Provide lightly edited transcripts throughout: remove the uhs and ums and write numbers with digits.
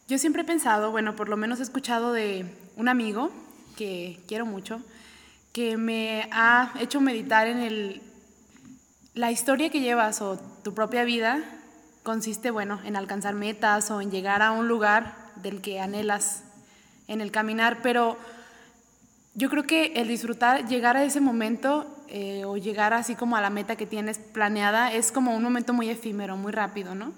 Yo siempre he pensado, bueno, por lo menos he escuchado de un amigo que quiero mucho, que me ha hecho meditar en la historia que llevas o tu propia vida consiste, bueno, en alcanzar metas o en llegar a un lugar del que anhelas en el caminar, pero yo creo que el disfrutar, llegar a ese momento o llegar así como a la meta que tienes planeada es como un momento muy efímero, muy rápido, ¿no?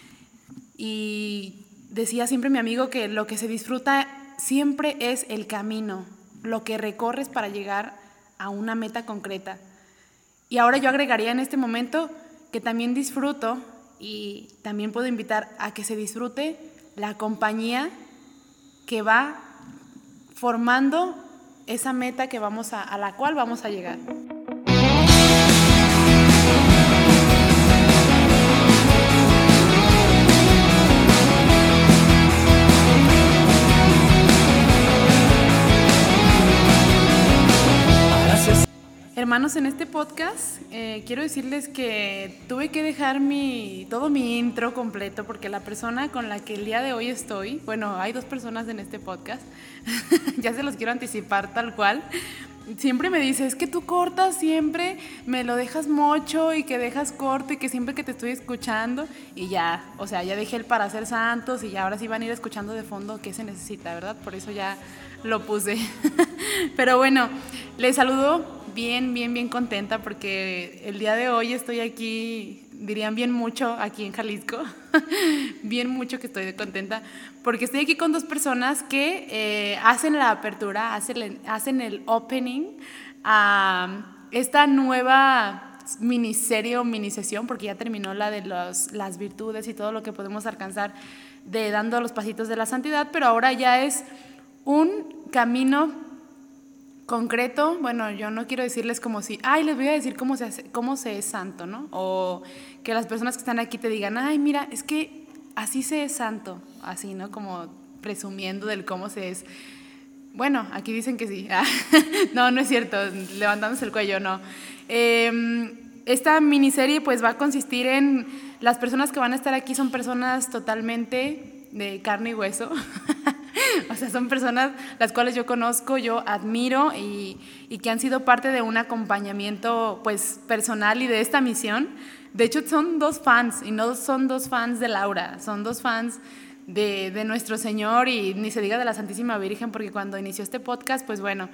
Y decía siempre mi amigo que lo que se disfruta siempre es el camino, lo que recorres para llegar a una meta concreta. Y ahora yo agregaría en este momento que también disfruto y también puedo invitar a que se disfrute la compañía que va formando esa meta que a la cual vamos a llegar. Hermanos, en este podcast quiero decirles que tuve que dejar todo mi intro completo porque la persona con la que el día de hoy estoy, bueno, hay 2 personas en este podcast, ya se los quiero anticipar tal cual, siempre me dice, es que tú cortas siempre, me lo dejas mocho y que dejas corto y que siempre que te estoy escuchando y ya, o sea, ya dejé el para ser santos y ya ahora sí van a ir escuchando de fondo qué se necesita, ¿verdad? Por eso ya lo puse. Pero bueno, les saludo bien contenta porque el día de hoy estoy aquí, dirían bien mucho aquí en Jalisco, bien mucho que estoy contenta porque estoy aquí con 2 personas que hacen la apertura, hacen el opening a esta nueva miniserie o minisesión, porque ya terminó la de las virtudes y todo lo que podemos alcanzar de dando los pasitos de la santidad, pero ahora ya es un camino concreto. Bueno, yo no quiero decirles como si, les voy a decir cómo se es santo, ¿no? O que las personas que están aquí te digan, mira, es que así se es santo, así, ¿no? Como presumiendo del cómo se es. Bueno, aquí dicen que sí. No, no es cierto, levantándose el cuello, no. Esta miniserie pues va a consistir en, las personas que van a estar aquí son personas totalmente de carne y hueso. O sea, son personas las cuales yo conozco, yo admiro y que han sido parte de un acompañamiento pues personal y de esta misión. De hecho, son 2 fans y no son 2 fans de Laura, son 2 fans de nuestro Señor y ni se diga de la Santísima Virgen, porque cuando inició este podcast, pues bueno,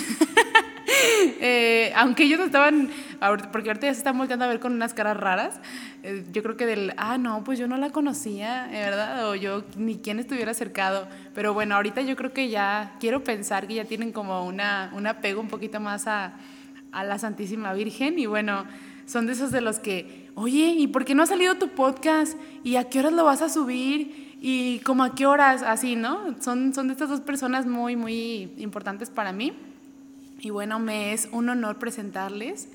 aunque ellos estaban, porque ahorita ya se están volteando a ver con unas caras raras, yo creo que no, pues yo no la conocía, ¿verdad? O yo ni quién estuviera acercado, pero bueno, ahorita yo creo que ya, quiero pensar que ya tienen como un apego un poquito más a la Santísima Virgen y bueno, son de esos de los que, oye, ¿y por qué no ha salido tu podcast? ¿Y a qué horas lo vas a subir? ¿Y como a qué horas? Así, ¿no? Son de estas 2 personas muy importantes para mí. Y bueno, me es un honor presentarles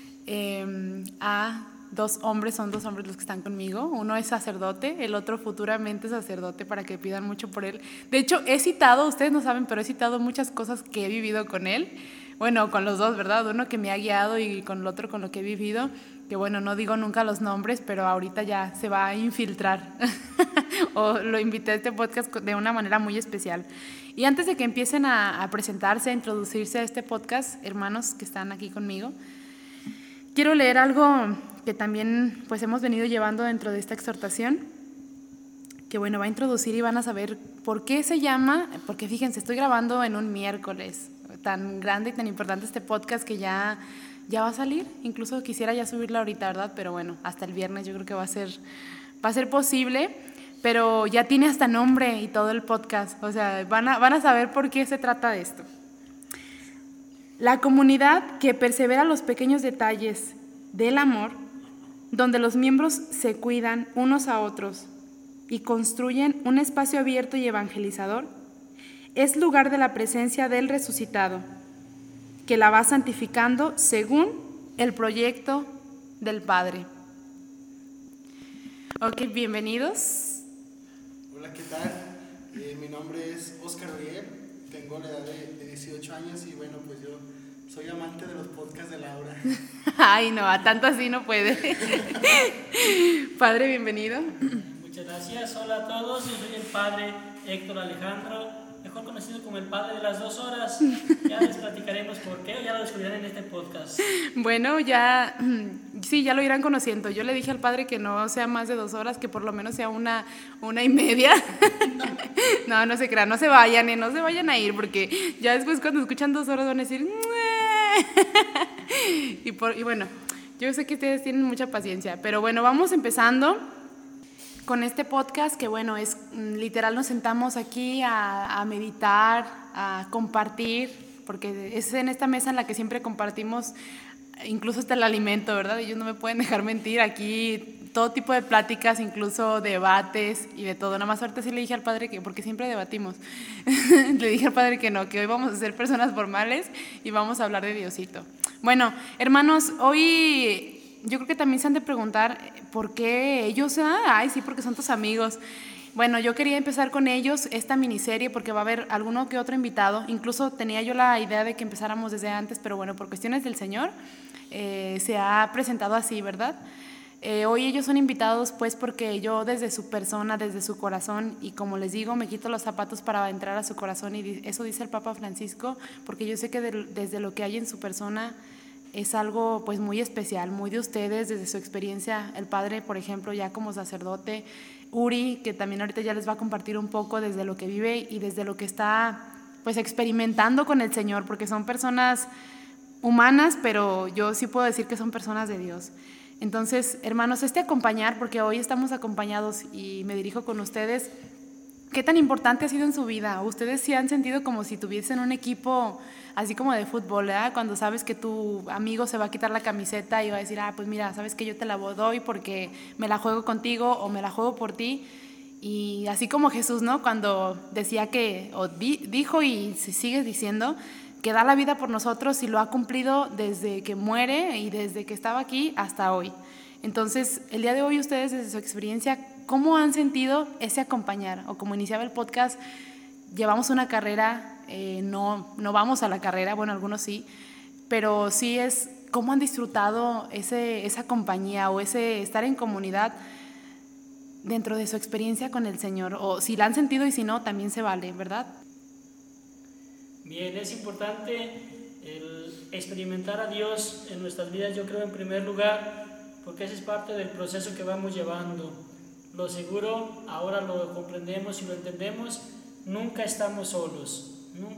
a 2 hombres, son 2 hombres los que están conmigo. Uno es sacerdote, el otro futuramente sacerdote, para que pidan mucho por él. De hecho, he citado, ustedes no saben, pero he citado muchas cosas que he vivido con él. Bueno, con los 2, ¿verdad? Uno que me ha guiado y con el otro con lo que he vivido, que bueno, no digo nunca los nombres, pero ahorita ya se va a infiltrar. O lo invité a este podcast de una manera muy especial. Y antes de que empiecen a presentarse, a introducirse a este podcast, hermanos que están aquí conmigo, quiero leer algo que también pues hemos venido llevando dentro de esta exhortación, que bueno, va a introducir y van a saber por qué se llama, porque fíjense, estoy grabando en un miércoles, tan grande y tan importante este podcast que ya va a salir, incluso quisiera ya subirlo ahorita, ¿verdad? Pero bueno, hasta el viernes yo creo que va a ser posible, pero ya tiene hasta nombre y todo el podcast, o sea, van a saber por qué se trata de esto. La comunidad que persevera los pequeños detalles del amor, donde los miembros se cuidan unos a otros y construyen un espacio abierto y evangelizador, es lugar de la presencia del resucitado, que la va santificando según el proyecto del Padre. Ok, bienvenidos. Hola, ¿qué tal? Mi nombre es Óscar Oriel, tengo la edad de 18 años y bueno, pues yo soy amante de los podcasts de Laura. Ay, no, a tanto así no puede. Padre, bienvenido. Muchas Muchas gracias. Hola a todos, yo soy el padre Héctor Alejandro, mejor conocido como el padre de las 2 horas. Ya les platicaremos por qué, o ya lo descubrirán en este podcast. Bueno, ya lo irán conociendo. Yo le dije al padre que no sea más de 2 horas, que por lo menos sea una y media. No se crean, no se vayan a ir, porque ya después cuando escuchan 2 horas van a decir... y bueno, yo sé que ustedes tienen mucha paciencia, pero bueno, vamos empezando con este podcast que bueno, es literal, nos sentamos aquí a meditar, a compartir, porque es en esta mesa en la que siempre compartimos, incluso hasta el alimento, ¿verdad? Ellos no me pueden dejar mentir, aquí todo tipo de pláticas, incluso debates y de todo. Nada más ahorita sí le dije al padre que, porque siempre debatimos, le dije al padre que no, que hoy vamos a ser personas formales y vamos a hablar de Diosito. Bueno, hermanos, hoy... yo creo que también se han de preguntar por qué ellos, sí, porque son tus amigos. Bueno, yo quería empezar con ellos esta miniserie porque va a haber alguno que otro invitado. Incluso tenía yo la idea de que empezáramos desde antes, pero bueno, por cuestiones del Señor se ha presentado así, ¿verdad? Hoy ellos son invitados pues porque yo desde su persona, desde su corazón, y como les digo, me quito los zapatos para entrar a su corazón, y eso dice el Papa Francisco, porque yo sé que desde lo que hay en su persona es algo pues muy especial, muy de ustedes, desde su experiencia. El padre, por ejemplo, ya como sacerdote, Uri, que también ahorita ya les va a compartir un poco desde lo que vive y desde lo que está pues experimentando con el Señor, porque son personas humanas, pero yo sí puedo decir que son personas de Dios. Entonces, hermanos, acompañar, porque hoy estamos acompañados y me dirijo con ustedes, ¿qué tan importante ha sido en su vida? ¿Ustedes sí han sentido como si tuviesen un equipo así como de fútbol, ¿verdad? Cuando sabes que tu amigo se va a quitar la camiseta y va a decir, pues mira, sabes que yo te la doy porque me la juego contigo o me la juego por ti. Y así como Jesús, ¿no? Cuando decía que, o dijo y se sigue diciendo, que da la vida por nosotros y lo ha cumplido desde que muere y desde que estaba aquí hasta hoy. Entonces, el día de hoy ustedes desde su experiencia, ¿cómo han sentido ese acompañar? O como iniciaba el podcast, llevamos una carrera, no vamos a la carrera, bueno, algunos sí, pero sí es cómo han disfrutado esa compañía o ese estar en comunidad dentro de su experiencia con el Señor, o si la han sentido y si no, también se vale, ¿verdad? Bien, es importante el experimentar a Dios en nuestras vidas, yo creo en primer lugar, porque ese es parte del proceso que vamos llevando. Lo seguro, ahora lo comprendemos y lo entendemos, nunca estamos solos,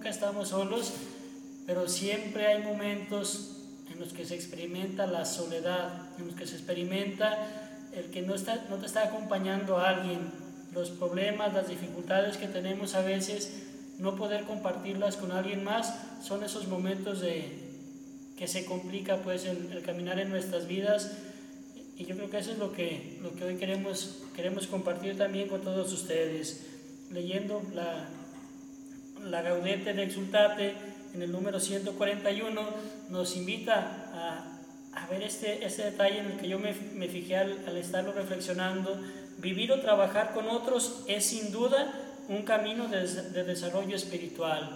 pero siempre hay momentos en los que se experimenta la soledad, en los que se experimenta el que no te está acompañando a alguien, los problemas, las dificultades que tenemos a veces, no poder compartirlas con alguien más, son esos momentos que se complica pues el caminar en nuestras vidas, y yo creo que eso es lo que hoy queremos compartir también con todos ustedes. Leyendo la Gaudete de Exultate en el número 141 nos invita a ver este detalle en el que yo me fijé al estarlo reflexionando. Vivir o trabajar con otros es sin duda un camino de desarrollo espiritual.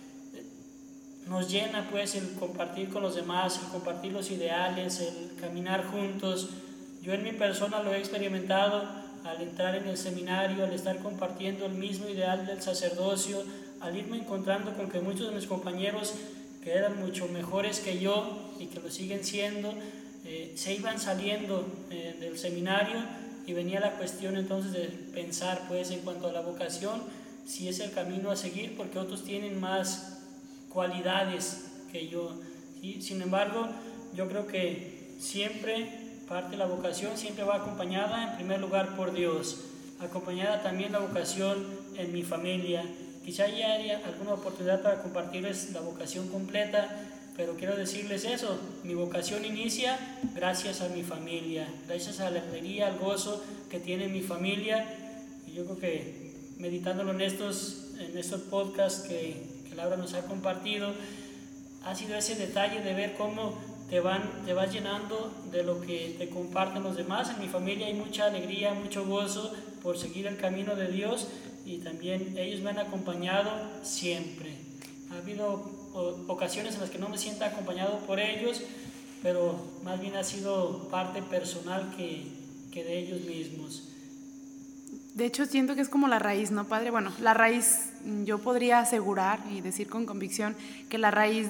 Nos llena pues el compartir con los demás, el compartir los ideales, el caminar juntos. Yo en mi persona lo he experimentado al entrar en el seminario, al estar compartiendo el mismo ideal del sacerdocio, al irme encontrando con que muchos de mis compañeros que eran mucho mejores que yo y que lo siguen siendo, se iban saliendo del seminario, y venía la cuestión entonces de pensar pues en cuanto a la vocación, si es el camino a seguir, porque otros tienen más cualidades que yo, ¿sí? Sin embargo, yo creo que siempre parte de la vocación siempre va acompañada en primer lugar por Dios, acompañada también la vocación en mi familia. Quizá haya alguna oportunidad para compartirles la vocación completa, pero quiero decirles eso, mi vocación inicia gracias a mi familia, gracias a la alegría, al gozo que tiene mi familia. Y yo creo que meditándolo en estos podcasts que Laura nos ha compartido, ha sido ese detalle de ver cómo te vas llenando de lo que te comparten los demás. En mi familia hay mucha alegría, mucho gozo por seguir el camino de Dios, y también ellos me han acompañado siempre. Ha habido ocasiones en las que no me siento acompañado por ellos, pero más bien ha sido parte personal que de ellos mismos. De hecho, siento que es como la raíz, ¿no, padre? Bueno, la raíz, yo podría asegurar y decir con convicción que la raíz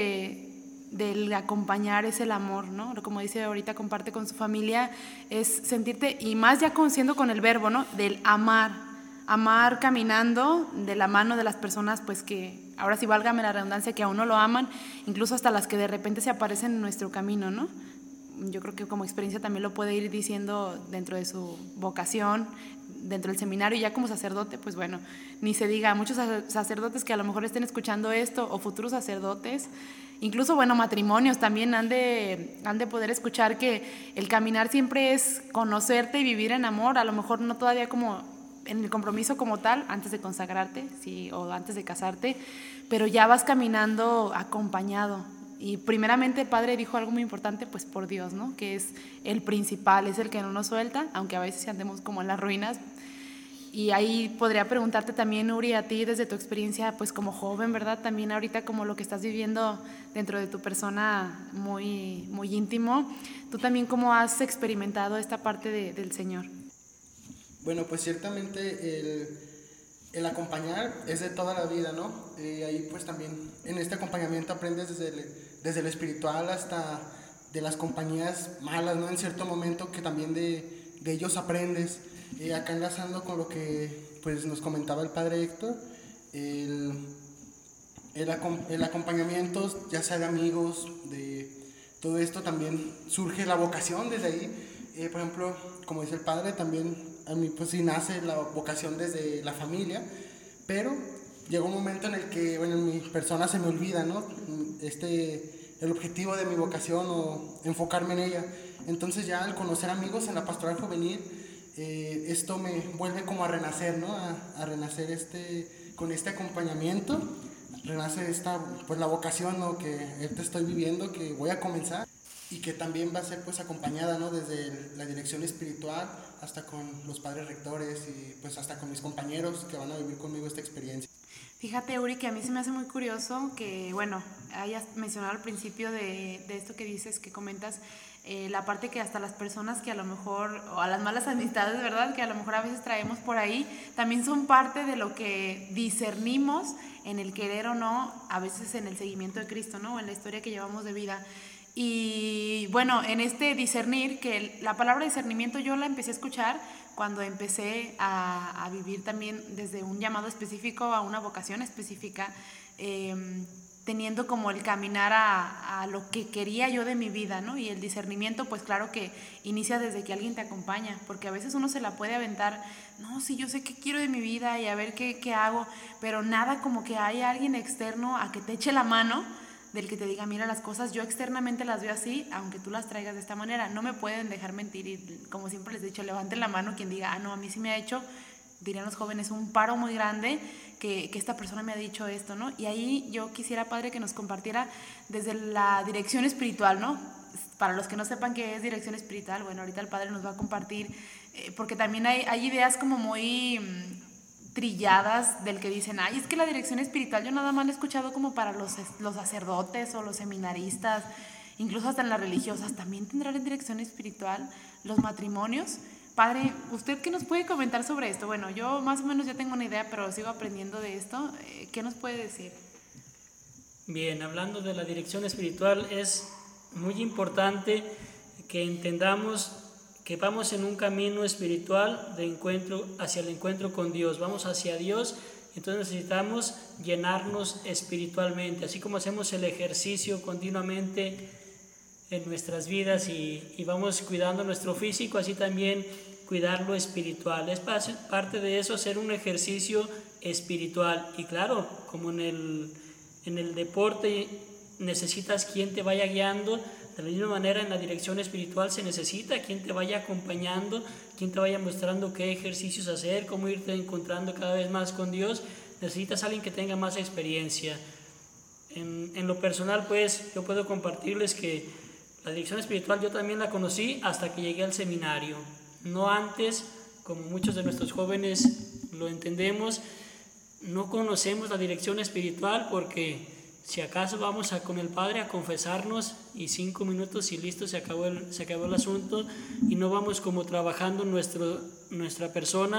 del acompañar es el amor, ¿no? Como dice ahorita, comparte con su familia, es sentirte, y más ya siendo con el verbo, ¿no? Del amar caminando de la mano de las personas, pues que, ahora sí válgame la redundancia, que a uno lo aman, incluso hasta las que de repente se aparecen en nuestro camino, ¿no? Yo creo que como experiencia también lo puede ir diciendo dentro de su vocación, dentro del seminario, ya como sacerdote, pues bueno, ni se diga, muchos sacerdotes que a lo mejor estén escuchando esto, o futuros sacerdotes, incluso, bueno, matrimonios también han de poder escuchar que el caminar siempre es conocerte y vivir en amor, a lo mejor no todavía como en el compromiso como tal, antes de consagrarte, sí, o antes de casarte, pero ya vas caminando acompañado. Y primeramente el padre dijo algo muy importante, pues por Dios, ¿no? Que es el principal, es el que no nos suelta, aunque a veces andemos como en las ruinas. Y ahí podría preguntarte también, Uri, a ti desde tu experiencia, pues como joven, ¿verdad? También ahorita como lo que estás viviendo dentro de tu persona muy, muy íntimo, ¿tú también cómo has experimentado esta parte del Señor? Bueno, pues ciertamente el acompañar es de toda la vida, ¿no? Ahí pues también en este acompañamiento aprendes desde lo espiritual hasta de las compañías malas, ¿no? En cierto momento que también de ellos aprendes. Acá enlazando con lo que pues nos comentaba el padre Héctor, el acompañamiento, ya sea de amigos, de todo esto también surge la vocación desde ahí. Por ejemplo, como dice el padre, también a mí pues sí nace la vocación desde la familia, pero llegó un momento en el que, bueno, en mi persona se me olvida, ¿no? El objetivo de mi vocación o enfocarme en ella. Entonces ya al conocer amigos en la pastoral juvenil, esto me vuelve como a renacer, ¿no? A renacer con este acompañamiento, renace pues la vocación, ¿no? Que ahorita estoy viviendo, que voy a comenzar y que también va a ser pues acompañada, ¿no? Desde la dirección espiritual hasta con los padres rectores y pues hasta con mis compañeros que van a vivir conmigo esta experiencia. Fíjate, Uri, que a mí se me hace muy curioso que, bueno, hayas mencionado al principio de esto que dices, que comentas, la parte que hasta las personas que a lo mejor, o a las malas amistades, ¿verdad?, que a lo mejor a veces traemos por ahí, también son parte de lo que discernimos en el querer o no, a veces en el seguimiento de Cristo, ¿no?, o en la historia que llevamos de vida. Y bueno, en este discernir, que la palabra discernimiento yo la empecé a escuchar cuando empecé a vivir también desde un llamado específico a una vocación específica, teniendo como el caminar a lo que quería yo de mi vida, ¿no? Y el discernimiento, pues claro que inicia desde que alguien te acompaña, porque a veces uno se la puede aventar, no, sí, yo sé qué quiero de mi vida y a ver qué hago, pero nada como que haya alguien externo a que te eche la mano, del que te diga, mira, las cosas yo externamente las veo así, aunque tú las traigas de esta manera. No me pueden dejar mentir y, como siempre les he dicho, levanten la mano quien diga, no, a mí sí me ha hecho, dirían los jóvenes, un paro muy grande que esta persona me ha dicho esto, ¿no? Y ahí yo quisiera, padre, que nos compartiera desde la dirección espiritual, ¿no? Para los que no sepan qué es dirección espiritual, bueno, ahorita el padre nos va a compartir, porque también hay ideas como muy trilladas del que dicen, ay, es que la dirección espiritual yo nada más la he escuchado como para los sacerdotes o los seminaristas, incluso hasta en las religiosas, también tendrán dirección espiritual los matrimonios. Padre, ¿usted qué nos puede comentar sobre esto? Bueno, yo más o menos ya tengo una idea, pero sigo aprendiendo de esto. ¿Qué nos puede decir? Bien, hablando de la dirección espiritual, es muy importante que entendamos que vamos en un camino espiritual de encuentro hacia el encuentro con Dios, vamos hacia Dios, entonces necesitamos llenarnos espiritualmente, así como hacemos el ejercicio continuamente en nuestras vidas y vamos cuidando nuestro físico, así también cuidar lo espiritual. Es parte de eso hacer un ejercicio espiritual. Y claro, como en el deporte necesitas quien te vaya guiando, de la misma manera en la dirección espiritual se necesita quien te vaya acompañando, quien te vaya mostrando qué ejercicios hacer, cómo irte encontrando cada vez más con Dios. Necesitas a alguien que tenga más experiencia. En lo personal, pues, yo puedo compartirles que la dirección espiritual yo también la conocí hasta que llegué al seminario. No antes, como muchos de nuestros jóvenes lo entendemos, no conocemos la dirección espiritual porque si acaso vamos con el Padre a confesarnos y 5 minutos y listo, se acabó el asunto y no vamos como trabajando nuestra persona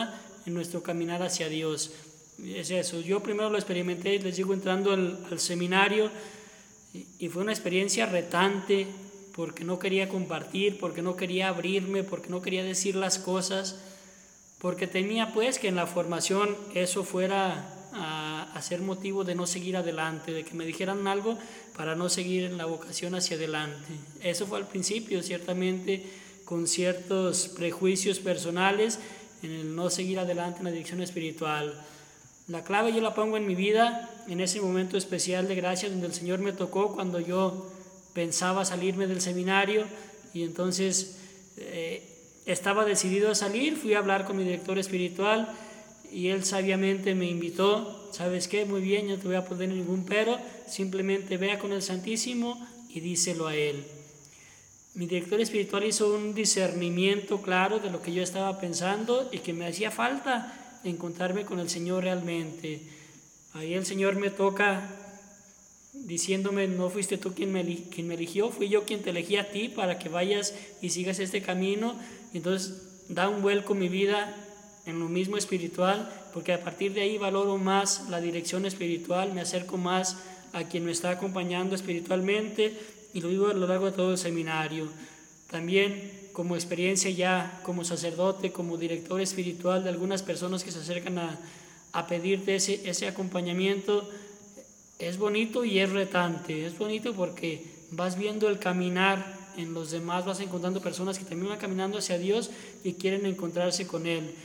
en nuestro caminar hacia Dios. Es eso, yo primero lo experimenté, les digo, entrando al seminario, y fue una experiencia retante, porque no quería compartir, porque no quería abrirme, porque no quería decir las cosas, porque temía pues que en la formación eso fuera a ser motivo de no seguir adelante, de que me dijeran algo para no seguir en la vocación hacia adelante. Eso fue al principio, ciertamente con ciertos prejuicios personales en el no seguir adelante en la dirección espiritual. La clave yo la pongo en mi vida, en ese momento especial de gracia donde el Señor me tocó cuando yo pensaba salirme del seminario, y entonces estaba decidido a salir. Fui a hablar con mi director espiritual y él sabiamente me invitó. ¿Sabes qué? Muy bien, yo no te voy a poner ningún pero, simplemente vea con el Santísimo y díselo a él. Mi director espiritual hizo un discernimiento claro de lo que yo estaba pensando y que me hacía falta encontrarme con el Señor realmente. Ahí el Señor me toca diciéndome: no fuiste tú quien me eligió, fui yo quien te elegí a ti para que vayas y sigas este camino. Y entonces da un vuelco mi vida en lo mismo espiritual, porque a partir de ahí valoro más la dirección espiritual, me acerco más a quien me está acompañando espiritualmente, y lo vivo a lo largo de todo el seminario. También como experiencia ya como sacerdote, como director espiritual de algunas personas que se acercan a pedirte ese acompañamiento, es bonito y es retante. Es bonito porque vas viendo el caminar en los demás, vas encontrando personas que también van caminando hacia Dios y quieren encontrarse con Él.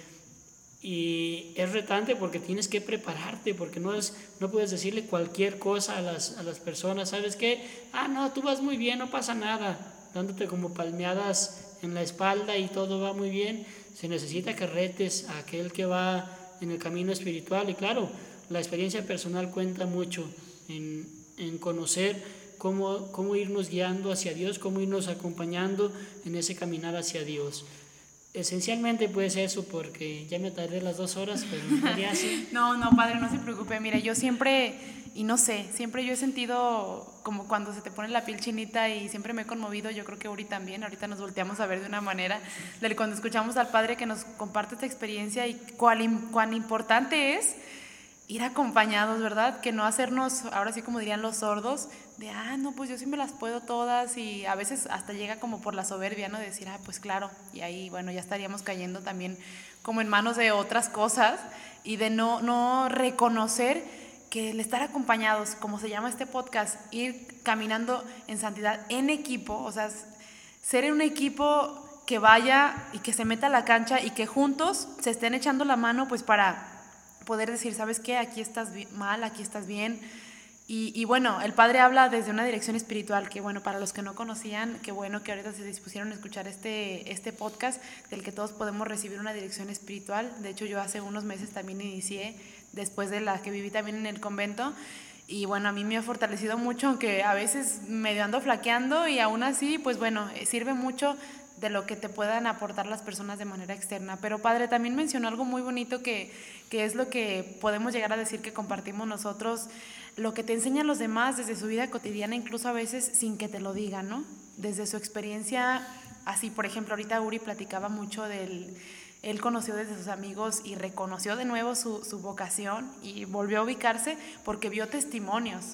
Y es retante porque tienes que prepararte, porque no puedes decirle cualquier cosa a las personas. ¿Sabes qué? No, tú vas muy bien, no pasa nada, dándote como palmeadas en la espalda y todo va muy bien. Se necesita que retes a aquel que va en el camino espiritual. Y claro, la experiencia personal cuenta mucho en conocer cómo irnos guiando hacia Dios, cómo irnos acompañando en ese caminar hacia Dios. Esencialmente pues eso, porque ya me tardé las 2 horas, pero ya sí. No, padre, no se preocupe. Mira, yo siempre, y no sé, siempre yo he sentido como cuando se te pone la piel chinita, y siempre me he conmovido. Yo creo que Uri también. Ahorita nos volteamos a ver de una manera cuando escuchamos al padre que nos comparte esta experiencia, y cuán importante es ir acompañados, ¿verdad? Que no hacernos, ahora sí como dirían los sordos, de, no, pues yo sí me las puedo todas, y a veces hasta llega como por la soberbia, ¿no? De decir, pues claro, y ahí, bueno, ya estaríamos cayendo también como en manos de otras cosas, y de no reconocer que el estar acompañados, como se llama este podcast, ir caminando en santidad en equipo, o sea, ser en un equipo que vaya y que se meta a la cancha y que juntos se estén echando la mano, pues para poder decir, ¿sabes qué? Aquí estás mal, aquí estás bien. Y bueno, el padre habla desde una dirección espiritual, que bueno, para los que no conocían, qué bueno que ahorita se dispusieron a escuchar este podcast, del que todos podemos recibir una dirección espiritual. De hecho, yo hace unos meses también inicié, después de la que viví también en el convento, y bueno, a mí me ha fortalecido mucho, aunque a veces medio ando flaqueando, y aún así, pues bueno, sirve mucho de lo que te puedan aportar las personas de manera externa. Pero padre, también mencionó algo muy bonito que es lo que podemos llegar a decir que compartimos nosotros, lo que te enseñan los demás desde su vida cotidiana, incluso a veces sin que te lo digan, ¿no? Desde su experiencia, así, por ejemplo, ahorita Uri platicaba mucho él conoció desde sus amigos y reconoció de nuevo su vocación, y volvió a ubicarse porque vio testimonios.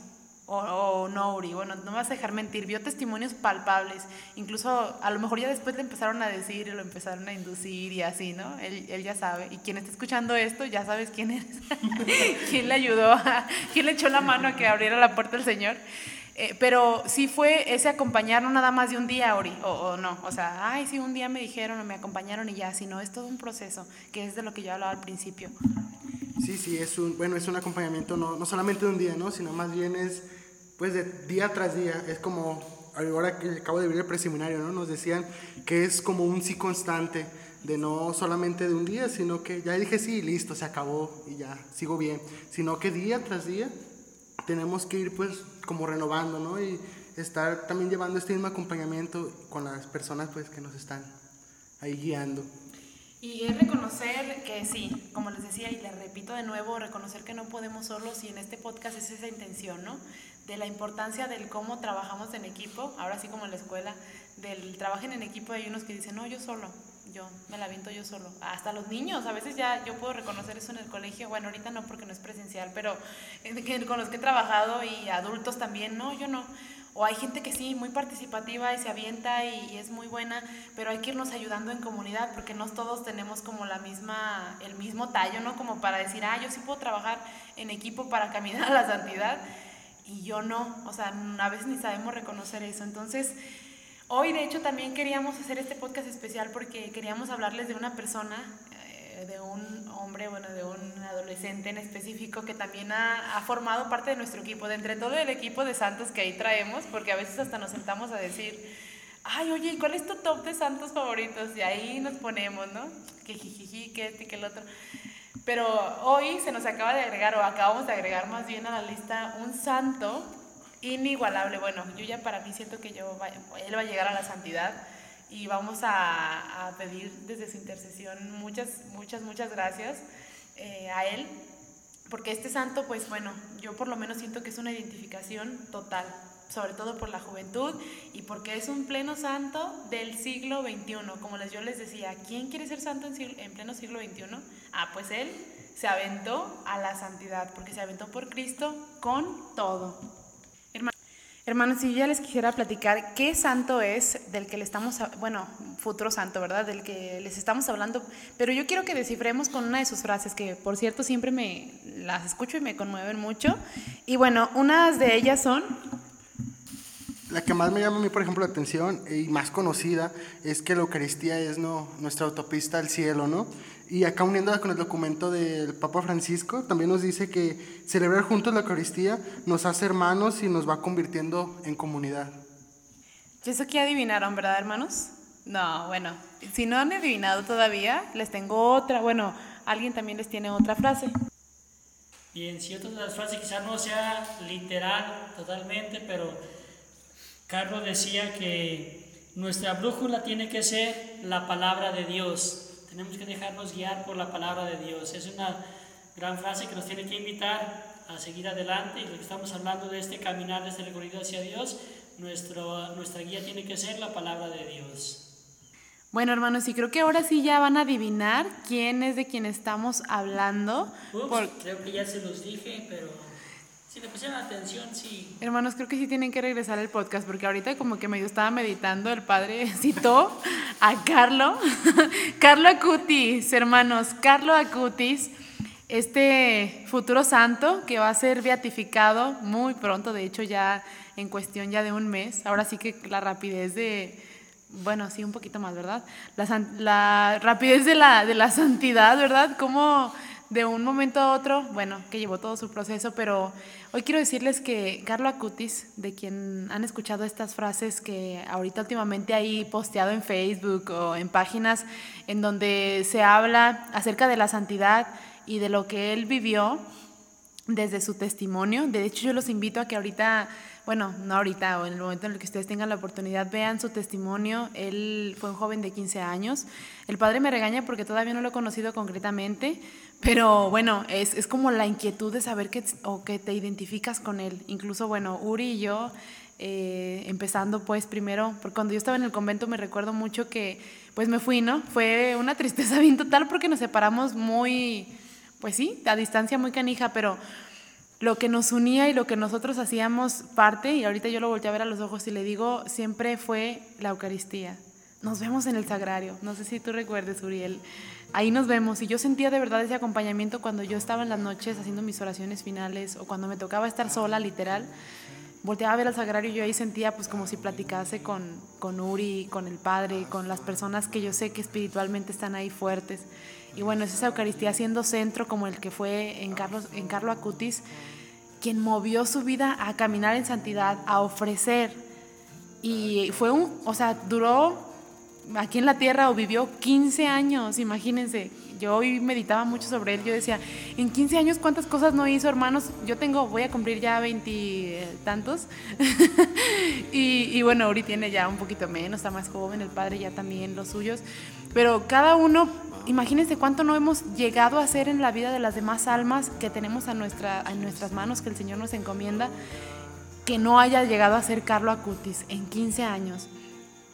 O no, Uri, bueno, no me vas a dejar mentir, vio testimonios palpables, incluso a lo mejor ya después le empezaron a decir y lo empezaron a inducir y así, ¿no? Él ya sabe, y quien está escuchando esto ya sabes quién es, quién le ayudó, quién le echó la mano a que abriera la puerta el Señor. Pero sí fue ese acompañar, no nada más de un día, Uri, o no, o sea, sí, un día me dijeron o me acompañaron y ya, sino es todo un proceso, que es de lo que yo hablaba al principio. Sí, es un acompañamiento no solamente de un día, ¿no? Sino más bien es pues de día tras día. Es como ahora que acabo de vivir el preseminario, ¿no? Nos decían que es como un sí constante, de no solamente de un día, sino que ya dije sí, listo, se acabó y ya sigo bien, sino que día tras día tenemos que ir pues como renovando, ¿no? Y estar también llevando este mismo acompañamiento con las personas pues que nos están ahí guiando. Y es reconocer que sí, como les decía y les repito de nuevo, reconocer que no podemos solos, y en este podcast es esa intención, ¿no? De la importancia del cómo trabajamos en equipo, ahora sí como en la escuela, del trabajen en equipo. Hay unos que dicen, no, yo solo, yo me la aviento yo solo. Hasta los niños, a veces ya yo puedo reconocer eso en el colegio. Bueno, ahorita no porque no es presencial, pero con los que he trabajado y adultos también, no, yo no. O hay gente que sí, muy participativa y se avienta y es muy buena, pero hay que irnos ayudando en comunidad porque no todos tenemos como el mismo tallo, ¿no? Como para decir, yo sí puedo trabajar en equipo para caminar a la santidad y yo no. O sea, a veces ni sabemos reconocer eso. Entonces, hoy de hecho también queríamos hacer este podcast especial porque queríamos hablarles de una persona, de un hombre, bueno, de un adolescente en específico que también ha formado parte de nuestro equipo, de entre todo el equipo de santos que ahí traemos, porque a veces hasta nos sentamos a decir, oye, ¿cuál es tu top de santos favoritos? Y ahí nos ponemos, ¿no? Que jijiji, que este, que el otro. Pero hoy se nos acaba de agregar, o acabamos de agregar más bien a la lista, un santo inigualable. Bueno, yo ya para mí siento que él va a llegar a la santidad. Y vamos a pedir desde su intercesión muchas gracias a él, porque este santo, pues bueno, yo por lo menos siento que es una identificación total, sobre todo por la juventud y porque es un pleno santo del siglo XXI. Como yo les decía, ¿quién quiere ser santo en pleno siglo XXI? Pues él se aventó a la santidad, porque se aventó por Cristo con todo. Hermanos, si yo ya les quisiera platicar qué santo es del que le estamos, futuro santo, ¿verdad? Del que les estamos hablando, pero yo quiero que descifremos con una de sus frases, que por cierto siempre las escucho y me conmueven mucho. Y bueno, unas de ellas son... La que más me llama a mí, por ejemplo, la atención y más conocida es que la Eucaristía es nuestra autopista al cielo, ¿no? Y acá uniéndola con el documento del Papa Francisco, también nos dice que celebrar juntos la Eucaristía nos hace hermanos y nos va convirtiendo en comunidad. ¿Y eso qué adivinaron, verdad, hermanos? No, bueno, si no han adivinado todavía, les tengo otra. Bueno, alguien también les tiene otra frase. Bien, si otra de las frases quizás no sea literal totalmente, pero Carlos decía que nuestra brújula tiene que ser la palabra de Dios. Tenemos que dejarnos guiar por la palabra de Dios. Es una gran frase que nos tiene que invitar a seguir adelante. Y lo que estamos hablando de este caminar, de este recorrido hacia Dios, nuestra guía tiene que ser la palabra de Dios. Bueno, hermanos, y creo que ahora sí ya van a adivinar quién es de quien estamos hablando. Creo que ya se los dije, pero si le pusieron atención, sí. Hermanos, creo que sí tienen que regresar al podcast, porque ahorita como que medio estaba meditando, el padre citó a Carlo Acutis, hermanos, Carlo Acutis, este futuro santo que va a ser beatificado muy pronto, de hecho ya en cuestión ya de un mes. Ahora sí que la rapidez sí, un poquito más, ¿verdad? La rapidez de la santidad, ¿verdad? Como de un momento a otro, bueno, que llevó todo su proceso, pero hoy quiero decirles que Carlo Acutis, de quien han escuchado estas frases que ahorita últimamente hay posteado en Facebook o en páginas en donde se habla acerca de la santidad y de lo que él vivió desde su testimonio. De hecho, yo los invito a que ahorita, no ahorita, o en el momento en el que ustedes tengan la oportunidad, vean su testimonio. Él fue un joven de 15 años. El padre me regaña porque todavía no lo he conocido concretamente, pero bueno, es como la inquietud de saber que te identificas con él. Incluso, Uri y yo, empezando pues primero, porque cuando yo estaba en el convento me recuerdo mucho que pues me fui, ¿no? Fue una tristeza bien total porque nos separamos muy, pues sí, a distancia muy canija, pero lo que nos unía y lo que nosotros hacíamos parte, y ahorita yo lo volteé a ver a los ojos y le digo, siempre fue la Eucaristía. Nos vemos en el sagrario, no sé si tú recuerdes, Uriel, ahí nos vemos, y yo sentía de verdad ese acompañamiento cuando yo estaba en las noches haciendo mis oraciones finales, o cuando me tocaba estar sola, literal, volteaba a ver al sagrario y yo ahí sentía pues como si platicase con Uri, con el Padre, con las personas que yo sé que espiritualmente están ahí fuertes. Y bueno, es esa Eucaristía siendo centro como el que fue en Carlo Acutis, quien movió su vida a caminar en santidad, a ofrecer. Y duró aquí en la tierra o vivió 15 años, imagínense. Yo hoy meditaba mucho sobre él, yo decía, en 15 años cuántas cosas no hizo, hermanos. Voy a cumplir ya 20 tantos y bueno, Uri tiene ya un poquito menos, está más joven, el padre ya también los suyos, pero cada uno, imagínense cuánto no hemos llegado a hacer en la vida de las demás almas que tenemos en nuestras manos, que el Señor nos encomienda, que no haya llegado a ser Carlo Acutis en 15 años.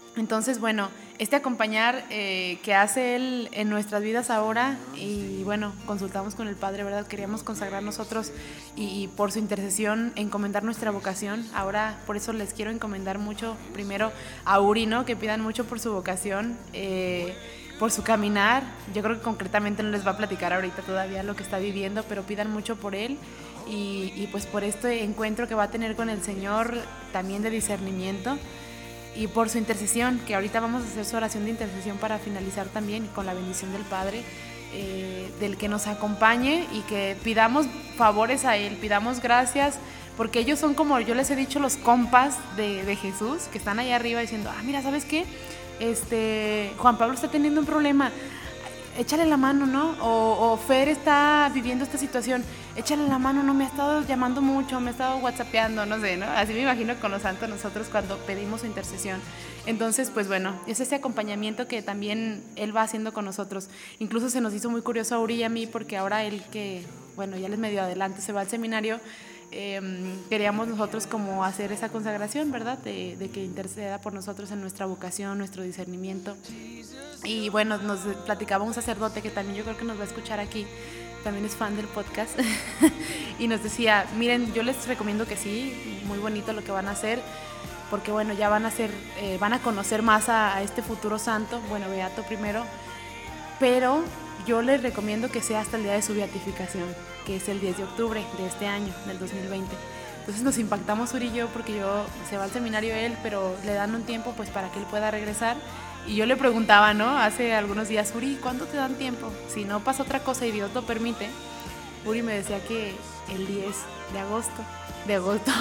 Entonces, bueno, este acompañar que hace Él en nuestras vidas ahora, y bueno, consultamos con el Padre, ¿verdad? Queríamos consagrar nosotros y por su intercesión encomendar nuestra vocación. Ahora, por eso les quiero encomendar mucho, primero a Uri, ¿no? Que pidan mucho por su vocación, por su caminar. Yo creo que concretamente no les va a platicar ahorita todavía lo que está viviendo, pero pidan mucho por él y pues por este encuentro que va a tener con el Señor, también de discernimiento. Y por su intercesión, que ahorita vamos a hacer su oración de intercesión para finalizar también con la bendición del Padre, del que nos acompañe y que pidamos favores a Él, pidamos gracias, porque ellos son, como yo les he dicho, los compas de Jesús, que están ahí arriba diciendo, mira, ¿sabes qué? Juan Pablo está teniendo un problema, échale la mano, ¿no? O Fer está viviendo esta situación, échale la mano, ¿no? Me ha estado llamando mucho, me ha estado whatsappeando, no sé, ¿no? Así me imagino con los santos nosotros cuando pedimos su intercesión. Entonces, pues bueno, es ese acompañamiento que también Él va haciendo con nosotros. Incluso se nos hizo muy curioso a Uri y a mí, porque ahora él que, bueno, ya les medio adelante, se va al seminario, queríamos nosotros como hacer esa consagración, ¿verdad? De que interceda por nosotros en nuestra vocación, nuestro discernimiento. Y bueno, nos platicaba un sacerdote que también yo creo que nos va a escuchar aquí, también es fan del podcast, y nos decía, miren, yo les recomiendo que sí, muy bonito lo que van a hacer, porque bueno, ya van a conocer más a este futuro santo, bueno, beato primero, pero yo les recomiendo que sea hasta el día de su beatificación, que es el 10 de octubre de este año, del 2020. Entonces nos impactamos Uri y yo, porque se va al seminario él, pero le dan un tiempo pues para que él pueda regresar. Y yo le preguntaba, ¿no? Hace algunos días, Uri, ¿cuándo te dan tiempo? Si no pasa otra cosa y Dios lo permite. Uri me decía que el 10 de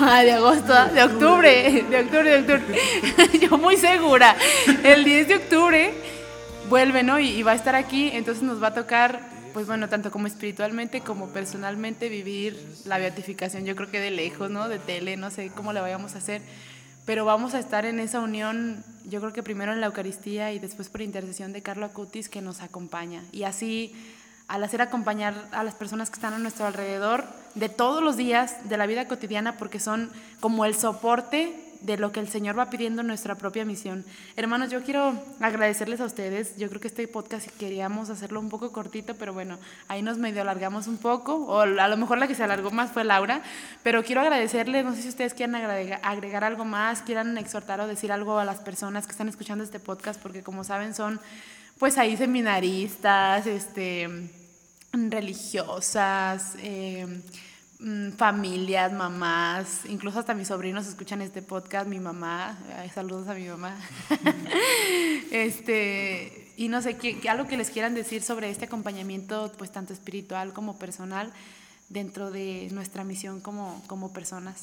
octubre. Yo muy segura. El 10 de octubre vuelve, ¿no? Y va a estar aquí, entonces nos va a tocar, pues bueno, tanto como espiritualmente como personalmente vivir la beatificación. Yo creo que de lejos, ¿no? De tele, no sé cómo la vayamos a hacer. Pero vamos a estar en esa unión, yo creo que primero en la Eucaristía y después por intercesión de Carlo Acutis, que nos acompaña. Y así, al hacer acompañar a las personas que están a nuestro alrededor de todos los días de la vida cotidiana, porque son como el soporte de lo que el Señor va pidiendo en nuestra propia misión. Hermanos, yo quiero agradecerles a ustedes. Yo creo que este podcast queríamos hacerlo un poco cortito, pero bueno, ahí nos medio alargamos un poco, o a lo mejor la que se alargó más fue Laura, pero quiero agradecerles. No sé si ustedes quieran agregar algo más, quieran exhortar o decir algo a las personas que están escuchando este podcast, porque como saben son pues ahí seminaristas, religiosas, familias, mamás, incluso hasta mis sobrinos escuchan este podcast, mi mamá, saludos a mi mamá. Y no sé, algo que les quieran decir sobre este acompañamiento, pues tanto espiritual como personal, dentro de nuestra misión como personas.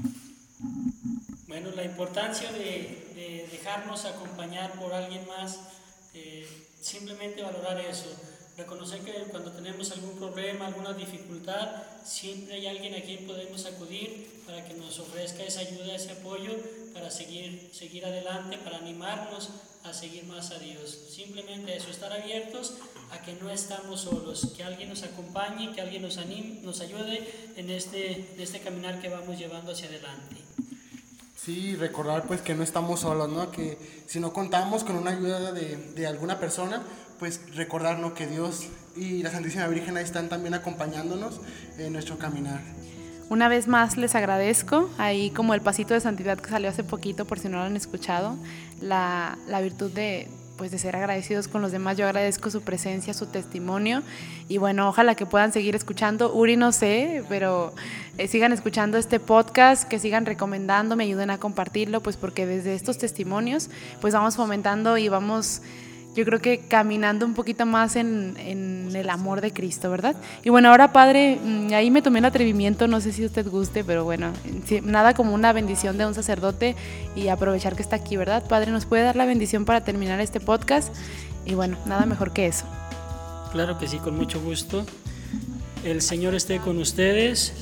Bueno, la importancia de dejarnos acompañar por alguien más, simplemente valorar eso. Reconocer que cuando tenemos algún problema, alguna dificultad, siempre hay alguien a quien podemos acudir para que nos ofrezca esa ayuda, ese apoyo para seguir adelante, para animarnos a seguir más a Dios. Simplemente eso, estar abiertos a que no estamos solos, que alguien nos acompañe, que alguien nos anime, nos ayude en este caminar que vamos llevando hacia adelante. Sí, recordar pues que no estamos solos, ¿no? Que si no contamos con una ayuda de alguna persona, pues recordar, ¿no? Que Dios y la Santísima Virgen ahí están también acompañándonos en nuestro caminar. Una vez más les agradezco, ahí como el pasito de santidad que salió hace poquito, por si no lo han escuchado, la virtud de ser agradecidos con los demás. Yo agradezco su presencia, su testimonio, y bueno, ojalá que puedan seguir escuchando. Uri no sé, pero sigan escuchando este podcast, que sigan recomendando, me ayuden a compartirlo, pues porque desde estos testimonios pues vamos fomentando y vamos, yo creo que caminando un poquito más en el amor de Cristo, ¿verdad? Y bueno, ahora Padre, ahí me tomé el atrevimiento, no sé si usted guste, pero bueno, nada como una bendición de un sacerdote y aprovechar que está aquí, ¿verdad? Padre, ¿nos puede dar la bendición para terminar este podcast? Y bueno, nada mejor que eso. Claro que sí, con mucho gusto. El Señor esté con ustedes.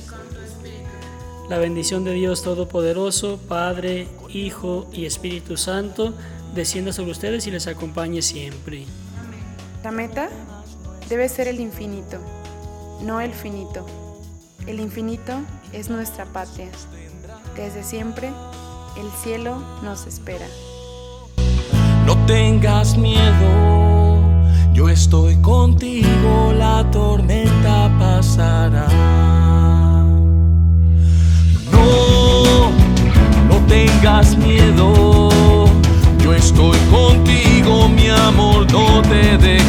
La bendición de Dios Todopoderoso, Padre, Hijo y Espíritu Santo, descienda sobre ustedes y les acompañe siempre. La meta debe ser el infinito, no el finito. El infinito es nuestra patria. Desde siempre, el cielo nos espera. tengas miedo, yo estoy contigo, la tormenta pasará. No tengas miedo, yo estoy contigo, mi amor, no te dejaré.